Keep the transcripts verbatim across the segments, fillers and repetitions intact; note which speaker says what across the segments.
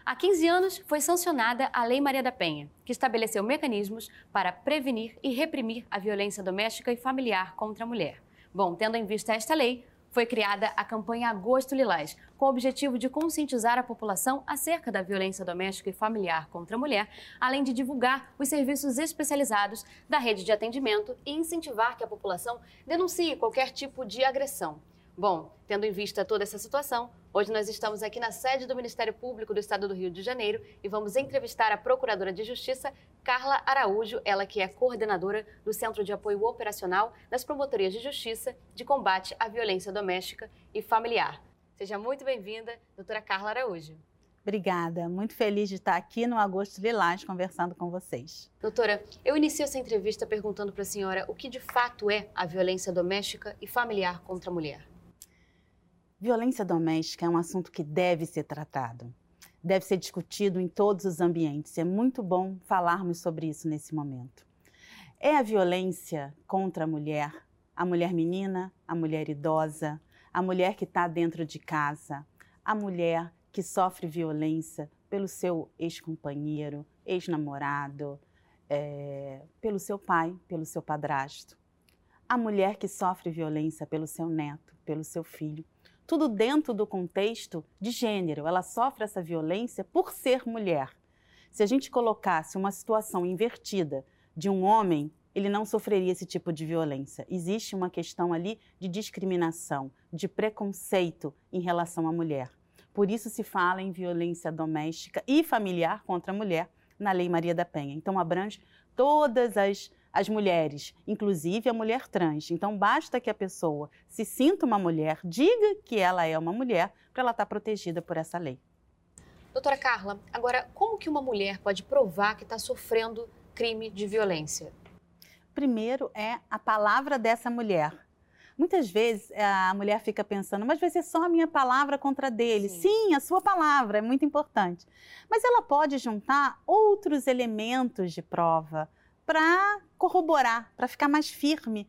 Speaker 1: Há quinze anos foi sancionada a Lei Maria da Penha, que estabeleceu mecanismos para prevenir e reprimir a violência doméstica e familiar contra a mulher. Bom, tendo em vista esta lei, foi criada a campanha Agosto Lilás, com o objetivo de conscientizar a população acerca da violência doméstica e familiar contra a mulher, além de divulgar os serviços especializados da rede de atendimento e incentivar que a população denuncie qualquer tipo de agressão. Bom, tendo em vista toda essa situação, hoje nós estamos aqui na sede do Ministério Público do Estado do Rio de Janeiro e vamos entrevistar a Procuradora de Justiça, Carla Araújo, ela que é coordenadora do Centro de Apoio Operacional das Promotorias de Justiça de Combate à Violência Doméstica e Familiar. Seja muito bem-vinda, doutora Carla Araújo.
Speaker 2: Obrigada, muito feliz de estar aqui no Agosto Lilás conversando com vocês.
Speaker 1: Doutora, eu inicio essa entrevista perguntando para a senhora o que de fato é a violência doméstica e familiar contra a mulher.
Speaker 2: Violência doméstica é um assunto que deve ser tratado, deve ser discutido em todos os ambientes. É muito bom falarmos sobre isso nesse momento. É a violência contra a mulher, a mulher menina, a mulher idosa, a mulher que está dentro de casa, a mulher que sofre violência pelo seu ex-companheiro, ex-namorado, é, pelo seu pai, pelo seu padrasto. A mulher que sofre violência pelo seu neto, pelo seu filho. Tudo dentro do contexto de gênero. Ela sofre essa violência por ser mulher. Se a gente colocasse uma situação invertida de um homem, ele não sofreria esse tipo de violência. Existe uma questão ali de discriminação, de preconceito em relação à mulher. Por isso se fala em violência doméstica e familiar contra a mulher na Lei Maria da Penha. Então abrange todas as as mulheres, inclusive a mulher trans. Então, basta que a pessoa se sinta uma mulher, diga que ela é uma mulher, para ela estar protegida por essa lei.
Speaker 1: Doutora Carla, agora, como que uma mulher pode provar que está sofrendo crime de violência?
Speaker 2: Primeiro é a palavra dessa mulher. Muitas vezes a mulher fica pensando, mas vai ser só a minha palavra contra a dele. Sim. Sim, a sua palavra é muito importante. Mas ela pode juntar outros elementos de prova para corroborar, para ficar mais firme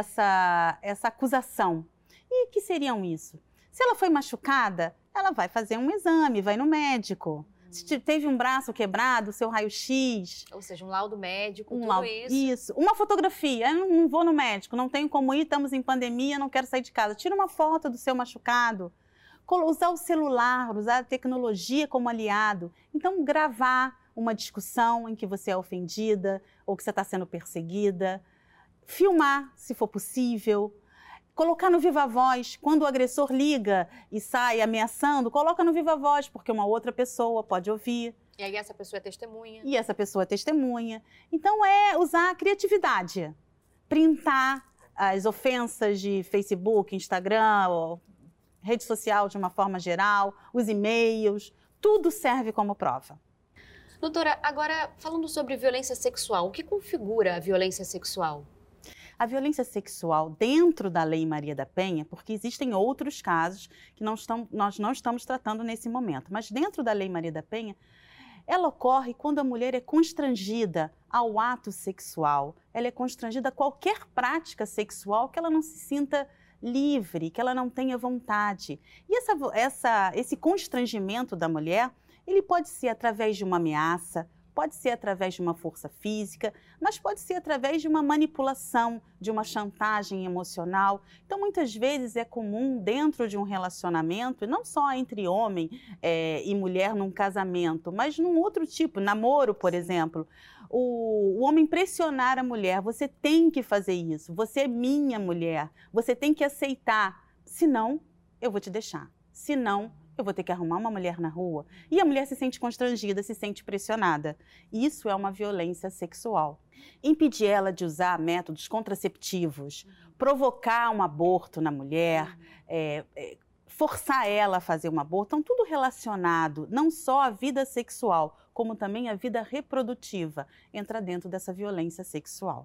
Speaker 2: essa, essa acusação. E que seriam isso? Se ela foi machucada, ela vai fazer um exame, vai no médico. Hum. Se teve um braço quebrado, seu raio-x.
Speaker 1: Ou seja, um laudo médico,
Speaker 2: um
Speaker 1: tudo
Speaker 2: laudo,
Speaker 1: isso.
Speaker 2: Isso. Uma fotografia. Eu não vou no médico, não tenho como ir, estamos em pandemia, não quero sair de casa. Tira uma foto do seu machucado. Usar o celular, usar a tecnologia como aliado. Então, gravar uma discussão em que você é ofendida ou que você está sendo perseguida, filmar, se for possível, colocar no viva voz, quando o agressor liga e sai ameaçando, coloca no viva voz, porque uma outra pessoa pode ouvir.
Speaker 1: E aí essa pessoa é testemunha.
Speaker 2: E essa pessoa é testemunha. Então é usar a criatividade, printar as ofensas de Facebook, Instagram, ou rede social de uma forma geral, os e-mails, tudo serve como prova.
Speaker 1: Doutora, agora falando sobre violência sexual, o que configura a violência sexual?
Speaker 2: A violência sexual dentro da Lei Maria da Penha, porque existem outros casos que não estão, nós não estamos tratando nesse momento, mas dentro da Lei Maria da Penha, ela ocorre quando a mulher é constrangida ao ato sexual, ela é constrangida a qualquer prática sexual que ela não se sinta livre, que ela não tenha vontade. E essa, essa, esse constrangimento da mulher, ele pode ser através de uma ameaça, pode ser através de uma força física, mas pode ser através de uma manipulação, de uma chantagem emocional. Então, muitas vezes é comum dentro de um relacionamento, não só entre homem é, e mulher num casamento, mas num outro tipo, namoro, por exemplo, o, o homem pressionar a mulher, você tem que fazer isso, você é minha mulher, você tem que aceitar, senão eu vou te deixar, senão eu vou ter que arrumar uma mulher na rua. E a mulher se sente constrangida, se sente pressionada. Isso é uma violência sexual. Impedir ela de usar métodos contraceptivos, provocar um aborto na mulher, é, é, forçar ela a fazer um aborto, então tudo relacionado, não só à vida sexual, como também à vida reprodutiva, entra dentro dessa violência sexual.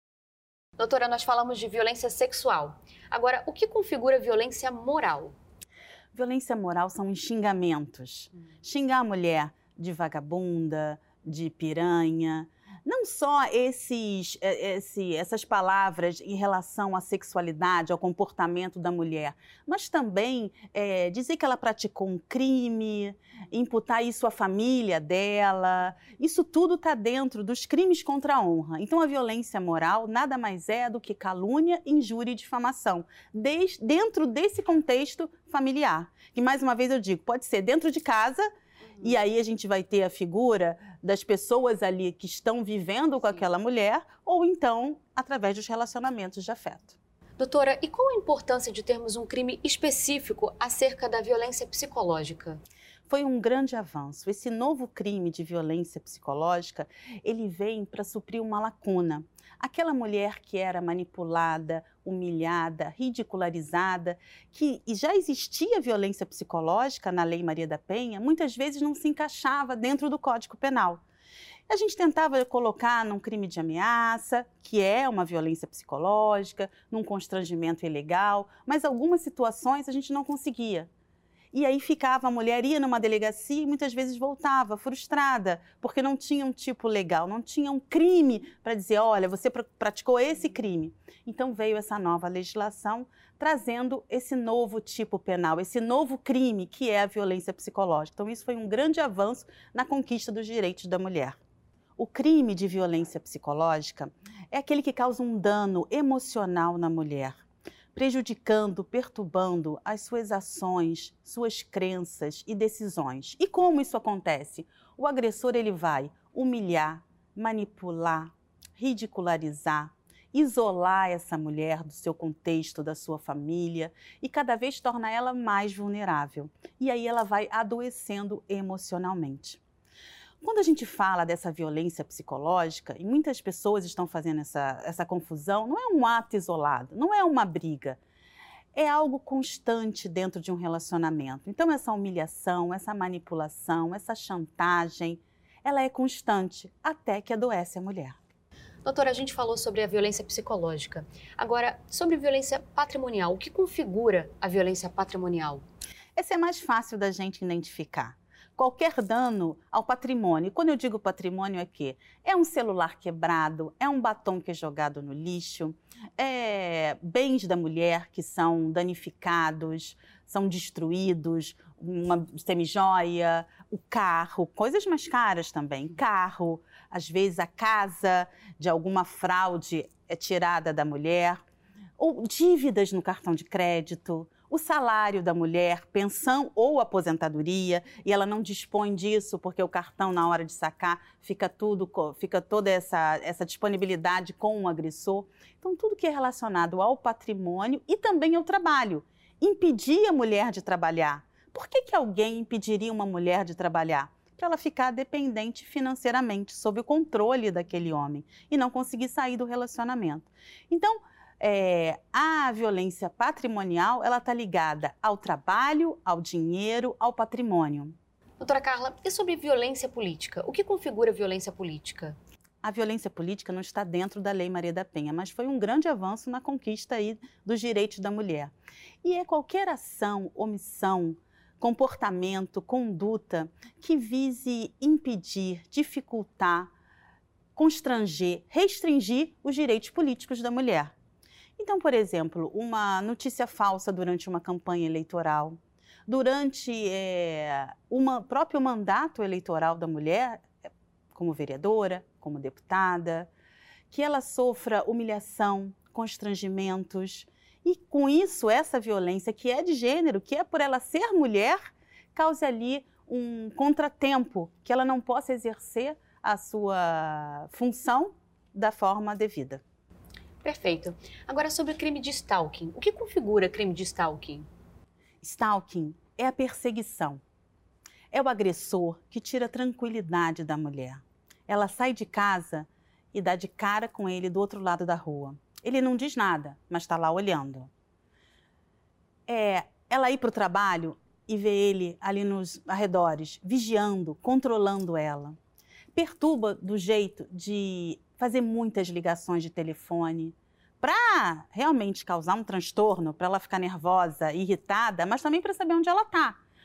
Speaker 1: Doutora, nós falamos de violência sexual. Agora, o que configura violência moral?
Speaker 2: Violência moral são os xingamentos. Hum. Xingar a mulher de vagabunda, de piranha, Não só esses, esse, essas palavras em relação à sexualidade, ao comportamento da mulher, mas também é, dizer que ela praticou um crime, imputar isso à família dela, isso tudo está dentro dos crimes contra a honra. Então a violência moral nada mais é do que calúnia, injúria e difamação, desde, dentro desse contexto familiar. Que mais uma vez eu digo, pode ser dentro de casa. E aí a gente vai ter a figura das pessoas ali que estão vivendo com aquela mulher, ou então através dos relacionamentos de afeto.
Speaker 1: Doutora, e qual a importância de termos um crime específico acerca da violência psicológica?
Speaker 2: Foi um grande avanço. Esse novo crime de violência psicológica, ele vem para suprir uma lacuna. Aquela mulher que era manipulada, humilhada, ridicularizada, que já existia violência psicológica na Lei Maria da Penha, muitas vezes não se encaixava dentro do Código Penal. A gente tentava colocar num crime de ameaça, que é uma violência psicológica, num constrangimento ilegal, mas algumas situações a gente não conseguia. E aí ficava, a mulher ia numa delegacia e muitas vezes voltava frustrada, porque não tinha um tipo legal, não tinha um crime para dizer, olha, você pr- praticou esse crime. Então veio essa nova legislação trazendo esse novo tipo penal, esse novo crime que é a violência psicológica. Então isso foi um grande avanço na conquista dos direitos da mulher. O crime de violência psicológica é aquele que causa um dano emocional na mulher, prejudicando, perturbando as suas ações, suas crenças e decisões. E como isso acontece? O agressor ele vai humilhar, manipular, ridicularizar, isolar essa mulher do seu contexto, da sua família e cada vez torna ela mais vulnerável. E aí ela vai adoecendo emocionalmente. Quando a gente fala dessa violência psicológica, e muitas pessoas estão fazendo essa, essa confusão, não é um ato isolado, não é uma briga, é algo constante dentro de um relacionamento. Então essa humilhação, essa manipulação, essa chantagem, ela é constante até que adoece a mulher.
Speaker 1: Doutora, a gente falou sobre a violência psicológica. Agora, sobre violência patrimonial, o que configura a violência patrimonial?
Speaker 2: Essa é mais fácil da gente identificar. Qualquer dano ao patrimônio. Quando eu digo patrimônio é que é um celular quebrado, é um batom que é jogado no lixo, é bens da mulher que são danificados, são destruídos, uma semijoia, o carro, coisas mais caras também, carro, às vezes a casa de alguma fraude é tirada da mulher, ou dívidas no cartão de crédito, o salário da mulher, pensão ou aposentadoria, e ela não dispõe disso porque o cartão, na hora de sacar, fica, tudo, fica toda essa, essa disponibilidade com o agressor. Então, tudo que é relacionado ao patrimônio e também ao trabalho. Impedir a mulher de trabalhar. Por que que alguém impediria uma mulher de trabalhar? Para ela ficar dependente financeiramente, sob o controle daquele homem, e não conseguir sair do relacionamento. Então, É, a violência patrimonial, ela está ligada ao trabalho, ao dinheiro, ao patrimônio.
Speaker 1: Doutora Carla, e sobre violência política? O que configura violência política?
Speaker 2: A violência política não está dentro da Lei Maria da Penha, mas foi um grande avanço na conquista aí dos direitos da mulher. E é qualquer ação, omissão, comportamento, conduta que vise impedir, dificultar, constranger, restringir os direitos políticos da mulher. Então, por exemplo, uma notícia falsa durante uma campanha eleitoral, durante é, o próprio mandato eleitoral da mulher, como vereadora, como deputada, que ela sofra humilhação, constrangimentos, e com isso, essa violência que é de gênero, que é por ela ser mulher, cause ali um contratempo, que ela não possa exercer a sua função da forma devida.
Speaker 1: Perfeito. Agora, sobre o crime de stalking. O que configura crime de stalking?
Speaker 2: Stalking é a perseguição. É o agressor que tira a tranquilidade da mulher. Ela sai de casa e dá de cara com ele do outro lado da rua. Ele não diz nada, mas está lá olhando. É ela ir para o trabalho e ver ele ali nos arredores, vigiando, controlando ela. Perturba do jeito de fazer muitas ligações de telefone para realmente causar um transtorno, para ela ficar nervosa, irritada, mas também para saber onde ela está.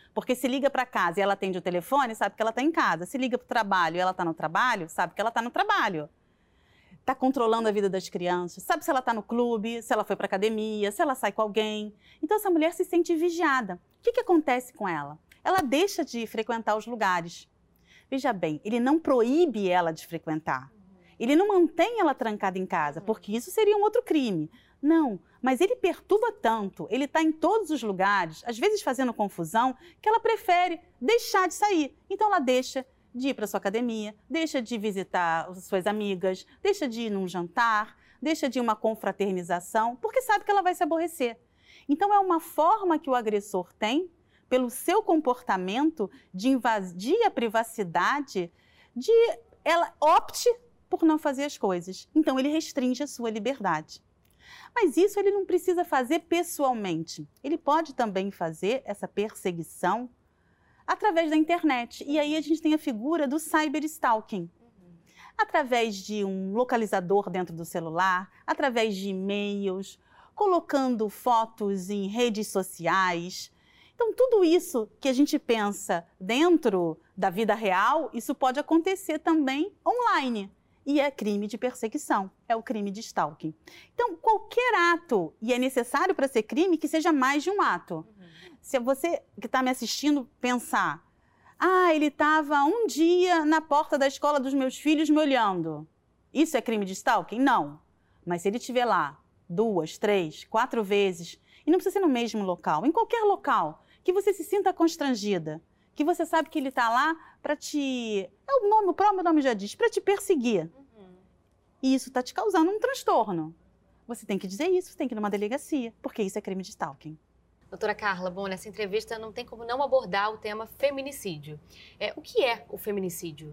Speaker 2: Porque se liga para casa e ela atende o telefone, sabe que ela está em casa. Se liga para o trabalho e ela está no trabalho, sabe que ela está no trabalho. Está controlando a vida das crianças, sabe se ela está no clube, se ela foi para academia, se ela sai com alguém. Então essa mulher se sente vigiada. O que, que acontece com ela? Ela deixa de frequentar os lugares. Veja bem, ele não proíbe ela de frequentar. Ele não mantém ela trancada em casa, porque isso seria um outro crime. Não, mas ele perturba tanto, ele está em todos os lugares, às vezes fazendo confusão, que ela prefere deixar de sair. Então ela deixa de ir para sua academia, deixa de visitar suas amigas, deixa de ir num jantar, deixa de ir uma confraternização, porque sabe que ela vai se aborrecer. Então é uma forma que o agressor tem, pelo seu comportamento, de invadir a privacidade, de ela opte por não fazer as coisas. Então ele restringe a sua liberdade. Mas isso ele não precisa fazer pessoalmente. Ele pode também fazer essa perseguição através da internet. E aí a gente tem a figura do cyberstalking. Uhum. Através de um localizador dentro do celular, através de e-mails, colocando fotos em redes sociais. Então, tudo isso que a gente pensa dentro da vida real, isso pode acontecer também online. E é crime de perseguição, é o crime de stalking. Então, qualquer ato, e é necessário para ser crime que seja mais de um ato. Uhum. Se você que está me assistindo pensar, ah, ele estava um dia na porta da escola dos meus filhos me olhando, isso é crime de stalking? Não. Mas se ele estiver lá duas, três, quatro vezes, e não precisa ser no mesmo local, em qualquer local, que você se sinta constrangida, que você sabe que ele está lá para te... É o nome, o próprio nome já diz, para te perseguir. Uhum. E isso está te causando um transtorno. Você tem que dizer isso, você tem que ir numa delegacia, porque isso é crime de stalking.
Speaker 1: Doutora Carla, bom, nessa entrevista não tem como não abordar o tema feminicídio. É, o que é o feminicídio?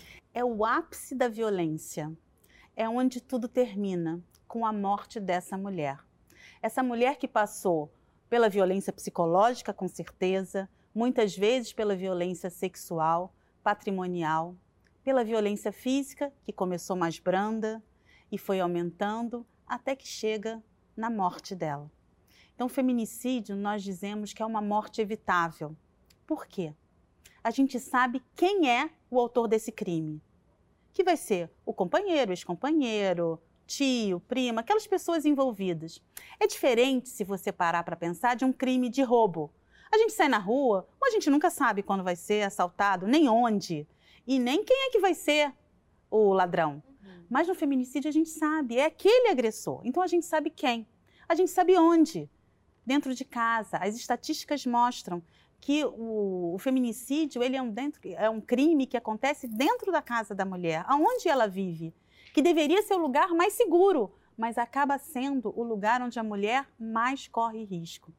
Speaker 2: É o ápice da violência. É onde tudo termina, com a morte dessa mulher. Essa mulher que passou pela violência psicológica, com certeza, muitas vezes pela violência sexual, patrimonial, pela violência física, que começou mais branda e foi aumentando até que chega na morte dela. Então, feminicídio, nós dizemos que é uma morte evitável. Por quê? A gente sabe quem é o autor desse crime, que vai ser o companheiro, ex-companheiro, tio, prima, aquelas pessoas envolvidas. É diferente, se você parar para pensar, de um crime de roubo. A gente sai na rua, ou a gente nunca sabe quando vai ser assaltado, nem onde, e nem quem é que vai ser o ladrão. Uhum. Mas no feminicídio a gente sabe, é aquele agressor. Então a gente sabe quem, a gente sabe onde. Dentro de casa, as estatísticas mostram que o, o feminicídio ele é, um dentro, é um crime que acontece dentro da casa da mulher, aonde ela vive, que deveria ser o lugar mais seguro, mas acaba sendo o lugar onde a mulher mais corre risco.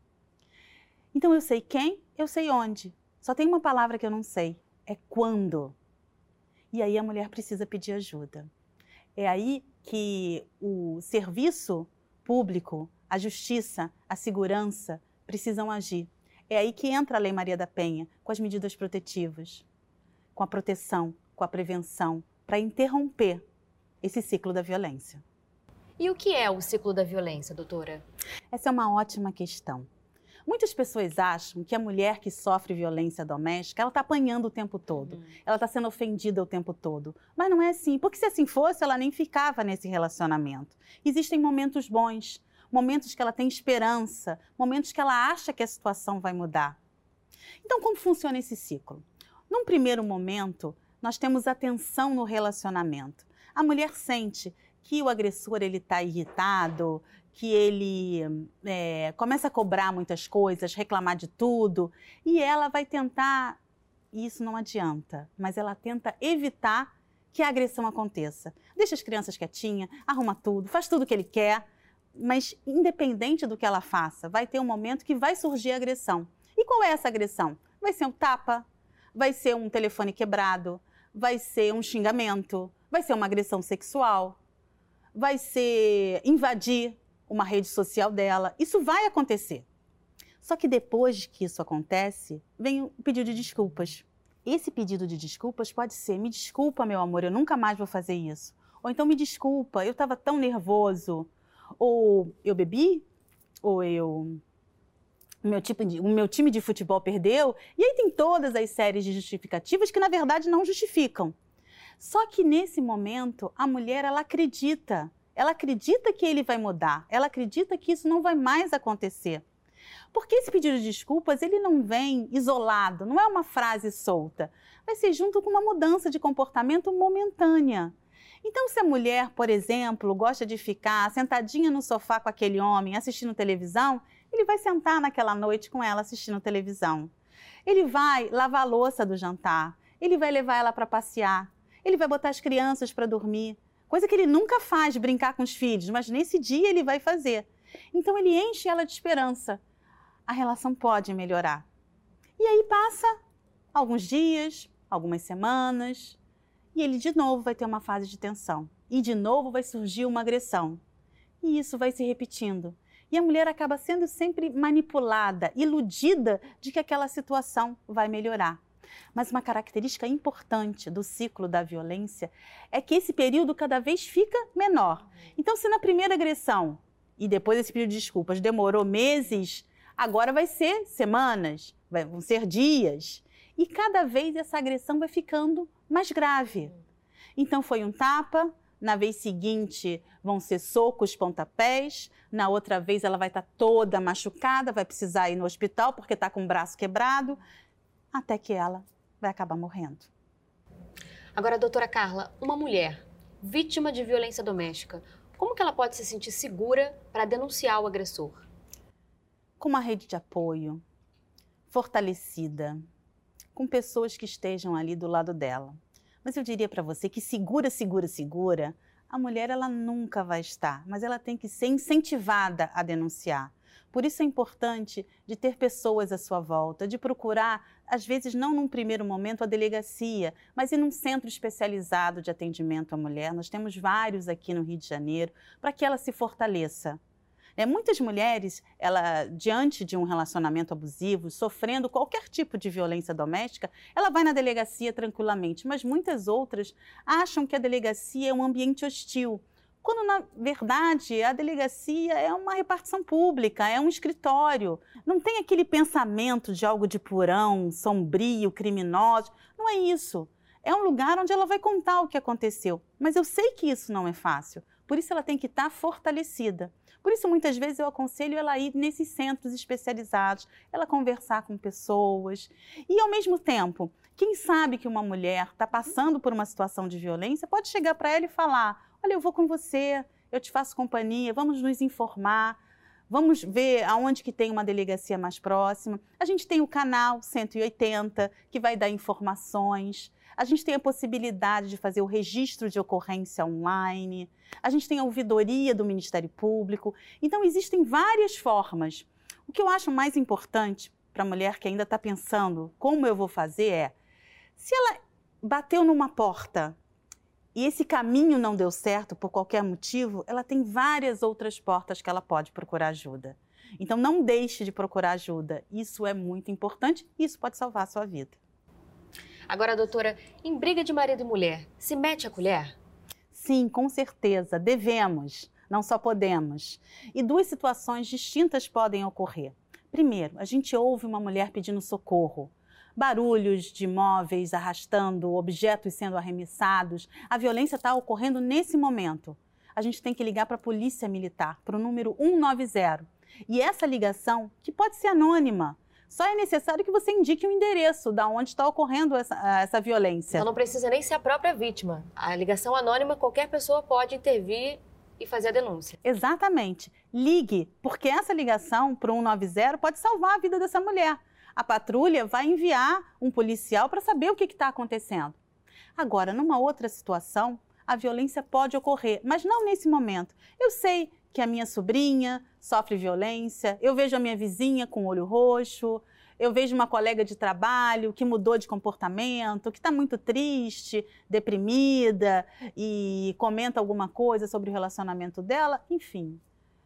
Speaker 2: Então eu sei quem, eu sei onde. Só tem uma palavra que eu não sei, é quando. E aí a mulher precisa pedir ajuda. É aí que o serviço público, a justiça, a segurança precisam agir. É aí que entra a Lei Maria da Penha, com as medidas protetivas, com a proteção, com a prevenção, para interromper esse ciclo da violência.
Speaker 1: E o que é o ciclo da violência, doutora?
Speaker 2: Essa é uma ótima questão. Muitas pessoas acham que a mulher que sofre violência doméstica, ela está apanhando o tempo todo, uhum. ela está sendo ofendida o tempo todo. Mas não é assim, porque se assim fosse, ela nem ficava nesse relacionamento. Existem momentos bons, momentos que ela tem esperança, momentos que ela acha que a situação vai mudar. Então, como funciona esse ciclo? Num primeiro momento, nós temos a tensão no relacionamento. A mulher sente que o agressor está irritado, que ele é, começa a cobrar muitas coisas, reclamar de tudo, e ela vai tentar, e isso não adianta, mas ela tenta evitar que a agressão aconteça. Deixa as crianças quietinhas, arruma tudo, faz tudo o que ele quer, mas independente do que ela faça, vai ter um momento que vai surgir a agressão. E qual é essa agressão? Vai ser um tapa, vai ser um telefone quebrado, vai ser um xingamento, vai ser uma agressão sexual, vai ser invadir uma rede social dela. Isso vai acontecer. Só que depois que isso acontece, vem o pedido de desculpas. Esse pedido de desculpas pode ser: me desculpa, meu amor, eu nunca mais vou fazer isso. Ou então, me desculpa, eu estava tão nervoso. Ou eu bebi, ou eu o meu, tipo de, o meu time de futebol perdeu, e aí tem todas as séries de justificativas que, na verdade, não justificam. Só que, nesse momento, a mulher, ela acredita, ela acredita que ele vai mudar, ela acredita que isso não vai mais acontecer. Porque esse pedido de desculpas, ele não vem isolado, não é uma frase solta, vai ser junto com uma mudança de comportamento momentânea. Então, se a mulher, por exemplo, gosta de ficar sentadinha no sofá com aquele homem assistindo televisão, ele vai sentar naquela noite com ela assistindo televisão. Ele vai lavar a louça do jantar, ele vai levar ela para passear, ele vai botar as crianças para dormir, coisa que ele nunca faz, brincar com os filhos, mas nesse dia ele vai fazer. Então, ele enche ela de esperança. A relação pode melhorar. E aí passa alguns dias, algumas semanas, e ele de novo vai ter uma fase de tensão. E de novo vai surgir uma agressão. E isso vai se repetindo. E a mulher acaba sendo sempre manipulada, iludida de que aquela situação vai melhorar. Mas uma característica importante do ciclo da violência é que esse período cada vez fica menor. Então, se na primeira agressão, e depois esse período de desculpas, demorou meses, agora vai ser semanas, vão ser dias. E cada vez essa agressão vai ficando mais grave. Então foi um tapa, na vez seguinte vão ser socos, pontapés, na outra vez ela vai estar toda machucada, vai precisar ir no hospital porque está com o braço quebrado, até que ela vai acabar morrendo.
Speaker 1: Agora, doutora Carla, uma mulher vítima de violência doméstica, como que ela pode se sentir segura para denunciar o agressor?
Speaker 2: Com uma rede de apoio, fortalecida, com pessoas que estejam ali do lado dela. Mas eu diria para você que segura, segura, segura, a mulher ela nunca vai estar, mas ela tem que ser incentivada a denunciar. Por isso é importante de ter pessoas à sua volta, de procurar, às vezes não num primeiro momento, a delegacia, mas ir num centro especializado de atendimento à mulher. Nós temos vários aqui no Rio de Janeiro, para que ela se fortaleça. É, muitas mulheres, ela, diante de um relacionamento abusivo, sofrendo qualquer tipo de violência doméstica, ela vai na delegacia tranquilamente, mas muitas outras acham que a delegacia é um ambiente hostil, quando, na verdade, a delegacia é uma repartição pública, é um escritório. Não tem aquele pensamento de algo de porão, sombrio, criminoso. Não é isso. É um lugar onde ela vai contar o que aconteceu. Mas eu sei que isso não é fácil. Por isso ela tem que estar fortalecida. Por isso, muitas vezes, eu aconselho ela a ir nesses centros especializados, ela conversar com pessoas. E, ao mesmo tempo, quem sabe que uma mulher está passando por uma situação de violência pode chegar para ela e falar: olha, eu vou com você, eu te faço companhia, vamos nos informar, vamos ver aonde que tem uma delegacia mais próxima. A gente tem o canal cento e oitenta, que vai dar informações. A gente tem a possibilidade de fazer o registro de ocorrência online. A gente tem a ouvidoria do Ministério Público. Então, existem várias formas. O que eu acho mais importante para a mulher que ainda está pensando como eu vou fazer é, se ela bateu numa porta e esse caminho não deu certo por qualquer motivo, ela tem várias outras portas que ela pode procurar ajuda. Então, não deixe de procurar ajuda. Isso é muito importante e isso pode salvar a sua vida.
Speaker 1: Agora, doutora, em briga de marido e mulher, se mete a colher?
Speaker 2: Sim, com certeza. Devemos, não só podemos. E duas situações distintas podem ocorrer. Primeiro, a gente ouve uma mulher pedindo socorro. Barulhos de móveis arrastando, objetos sendo arremessados. A violência está ocorrendo nesse momento. A gente tem que ligar para a polícia militar, para o número um nove zero. E essa ligação, que pode ser anônima, só é necessário que você indique o endereço da onde está ocorrendo essa, essa violência.
Speaker 1: Então não precisa nem ser a própria vítima. A ligação anônima, qualquer pessoa pode intervir e fazer a denúncia.
Speaker 2: Exatamente. Ligue, porque essa ligação para o um nove zero pode salvar a vida dessa mulher. A patrulha vai enviar um policial para saber o que está acontecendo. Agora, numa outra situação, a violência pode ocorrer, mas não nesse momento. Eu sei que a minha sobrinha sofre violência, eu vejo a minha vizinha com o olho roxo, eu vejo uma colega de trabalho que mudou de comportamento, que está muito triste, deprimida e comenta alguma coisa sobre o relacionamento dela, enfim.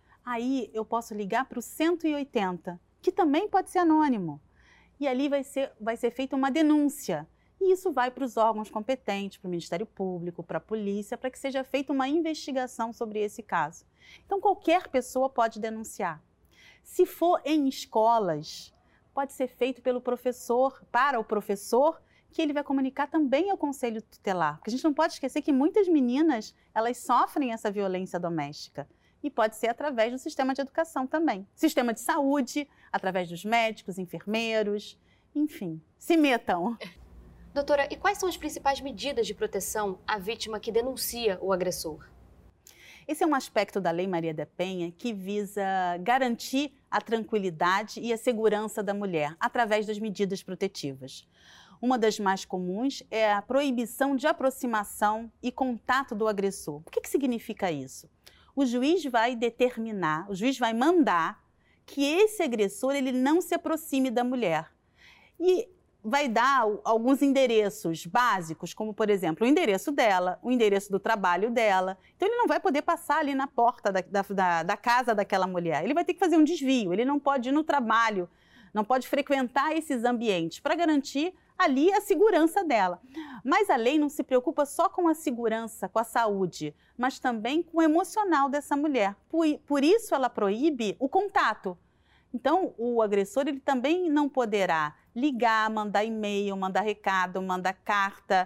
Speaker 2: Aí eu posso ligar para o cento e oitenta, que também pode ser anônimo. E ali vai ser, vai ser feita uma denúncia. E isso vai para os órgãos competentes, para o Ministério Público, para a polícia, para que seja feita uma investigação sobre esse caso. Então, qualquer pessoa pode denunciar. Se for em escolas, pode ser feito pelo professor, para o professor, que ele vai comunicar também ao conselho tutelar. Porque a gente não pode esquecer que muitas meninas, elas sofrem essa violência doméstica. E pode ser através do sistema de educação também. Sistema de saúde, através dos médicos, enfermeiros, enfim, se metam.
Speaker 1: Doutora, e quais são as principais medidas de proteção à vítima que denuncia o agressor?
Speaker 2: Esse é um aspecto da Lei Maria da Penha que visa garantir a tranquilidade e a segurança da mulher através das medidas protetivas. Uma das mais comuns é a proibição de aproximação e contato do agressor. O que que significa isso? O juiz vai determinar, o juiz vai mandar que esse agressor ele não se aproxime da mulher. E vai dar alguns endereços básicos, como, por exemplo, o endereço dela, o endereço do trabalho dela. Então, ele não vai poder passar ali na porta da, da, da casa daquela mulher. Ele vai ter que fazer um desvio, ele não pode ir no trabalho, não pode frequentar esses ambientes para garantir ali a segurança dela. Mas a lei não se preocupa só com a segurança, com a saúde, mas também com o emocional dessa mulher. Por, por isso, ela proíbe o contato. Então, o agressor ele também não poderá ligar, mandar e-mail, mandar recado, mandar carta,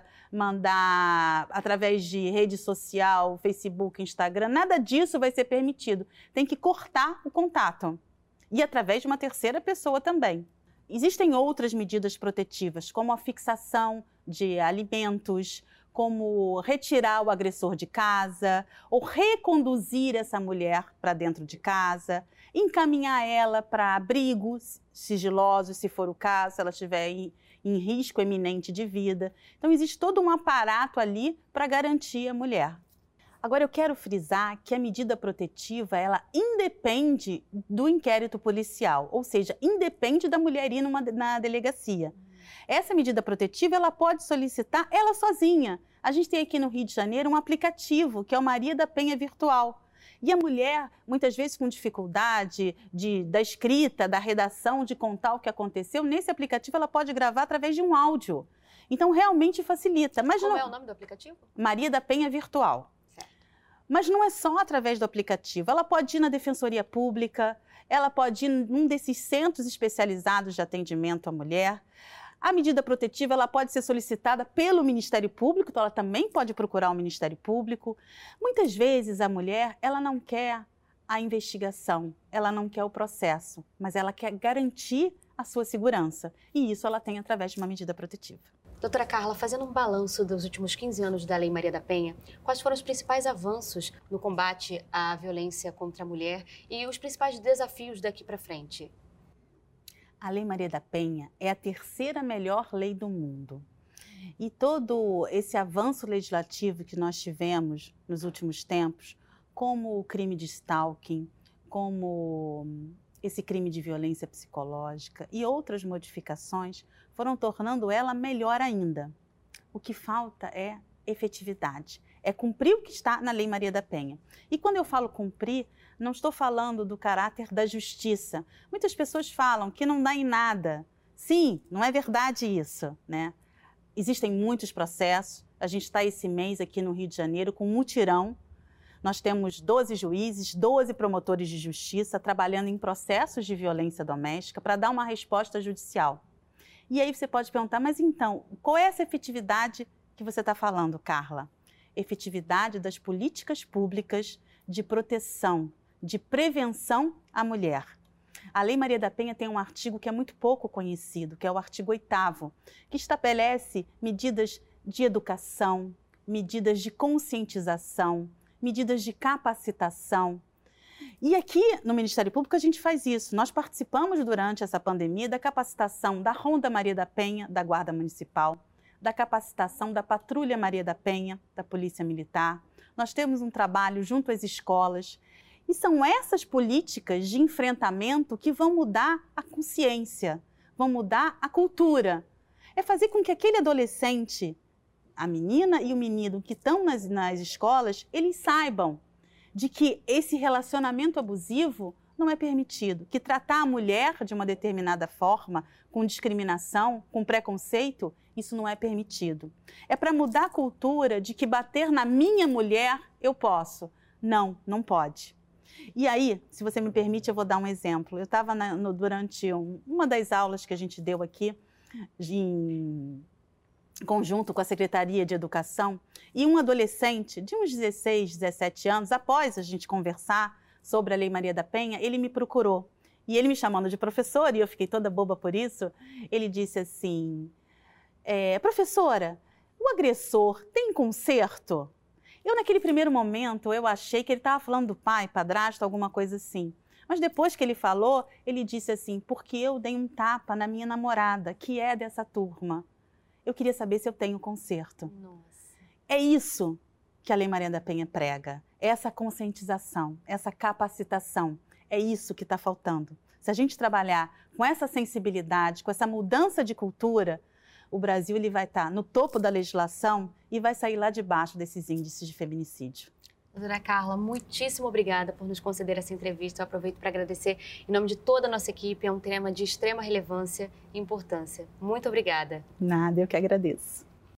Speaker 2: mandar através de rede social, Facebook, Instagram, nada disso vai ser permitido. Tem que cortar o contato. E através de uma terceira pessoa também. Existem outras medidas protetivas, como a fixação de alimentos, como retirar o agressor de casa, ou reconduzir essa mulher para dentro de casa, encaminhar ela para abrigos sigilosos, se for o caso, se ela estiver em, em risco eminente de vida. Então, existe todo um aparato ali para garantir a mulher. Agora, eu quero frisar que a medida protetiva, ela independe do inquérito policial, ou seja, independe da mulher ir numa, na delegacia. Essa medida protetiva, ela pode solicitar ela sozinha. A gente tem aqui no Rio de Janeiro um aplicativo, que é o Maria da Penha Virtual. E a mulher, muitas vezes com dificuldade de, da escrita, da redação, de contar o que aconteceu, nesse aplicativo ela pode gravar através de um áudio. Então, realmente facilita. Mas
Speaker 1: Como
Speaker 2: não...
Speaker 1: é o nome do aplicativo?
Speaker 2: Maria da Penha Virtual.
Speaker 1: Certo.
Speaker 2: Mas não é só através do aplicativo. Ela pode ir na Defensoria Pública, ela pode ir num desses centros especializados de atendimento à mulher. A medida protetiva ela pode ser solicitada pelo Ministério Público, então ela também pode procurar o Ministério Público. Muitas vezes a mulher ela não quer a investigação, ela não quer o processo, mas ela quer garantir a sua segurança. E isso ela tem através de uma medida protetiva.
Speaker 1: Doutora Carla, fazendo um balanço dos últimos quinze anos da Lei Maria da Penha, quais foram os principais avanços no combate à violência contra a mulher e os principais desafios daqui para frente?
Speaker 2: A Lei Maria da Penha é a terceira melhor lei do mundo. E todo esse avanço legislativo que nós tivemos nos últimos tempos, como o crime de stalking, como esse crime de violência psicológica e outras modificações, foram tornando ela melhor ainda. O que falta é efetividade, é cumprir o que está na Lei Maria da Penha. E quando eu falo cumprir, não estou falando do caráter da justiça. Muitas pessoas falam que não dá em nada. Sim, não é verdade isso, né? Existem muitos processos. A gente está esse mês aqui no Rio de Janeiro com um mutirão. Nós temos doze juízes, doze promotores de justiça trabalhando em processos de violência doméstica para dar uma resposta judicial. E aí você pode perguntar, mas então, qual é essa efetividade que você está falando, Carla? Efetividade das políticas públicas de proteção, de prevenção à mulher. A Lei Maria da Penha tem um artigo que é muito pouco conhecido, que é o artigo oitavo, que estabelece medidas de educação, medidas de conscientização, medidas de capacitação. E aqui no Ministério Público a gente faz isso. Nós participamos durante essa pandemia da capacitação da Ronda Maria da Penha, da Guarda Municipal, da capacitação da Patrulha Maria da Penha, da Polícia Militar. Nós temos um trabalho junto às escolas. E são essas políticas de enfrentamento que vão mudar a consciência, vão mudar a cultura. É fazer com que aquele adolescente, a menina e o menino que estão nas, nas escolas, eles saibam de que esse relacionamento abusivo não é permitido, que tratar a mulher de uma determinada forma, com discriminação, com preconceito, isso não é permitido. É para mudar a cultura de que bater na minha mulher eu posso. Não, não pode. E aí, se você me permite, eu vou dar um exemplo. Eu estava durante um, uma das aulas que a gente deu aqui, em conjunto com a Secretaria de Educação, e um adolescente de uns dezesseis, dezessete anos, após a gente conversar sobre a Lei Maria da Penha, ele me procurou. E ele me chamando de professora, e eu fiquei toda boba por isso, ele disse assim, é, professora, o agressor tem conserto? Eu, naquele primeiro momento, eu achei que ele estava falando do pai, padrasto, alguma coisa assim. Mas depois que ele falou, ele disse assim, porque eu dei um tapa na minha namorada, que é dessa turma. Eu queria saber se eu tenho conserto.
Speaker 1: Nossa.
Speaker 2: É isso que a Lei Maria da Penha prega, essa conscientização, essa capacitação. É isso que está faltando. Se a gente trabalhar com essa sensibilidade, com essa mudança de cultura, o Brasil ele vai estar no topo da legislação e vai sair lá de baixo desses índices de feminicídio.
Speaker 1: Doutora Carla, muitíssimo obrigada por nos conceder essa entrevista. Eu aproveito para agradecer em nome de toda a nossa equipe. É um tema de extrema relevância e importância. Muito obrigada.
Speaker 2: Nada, eu que agradeço.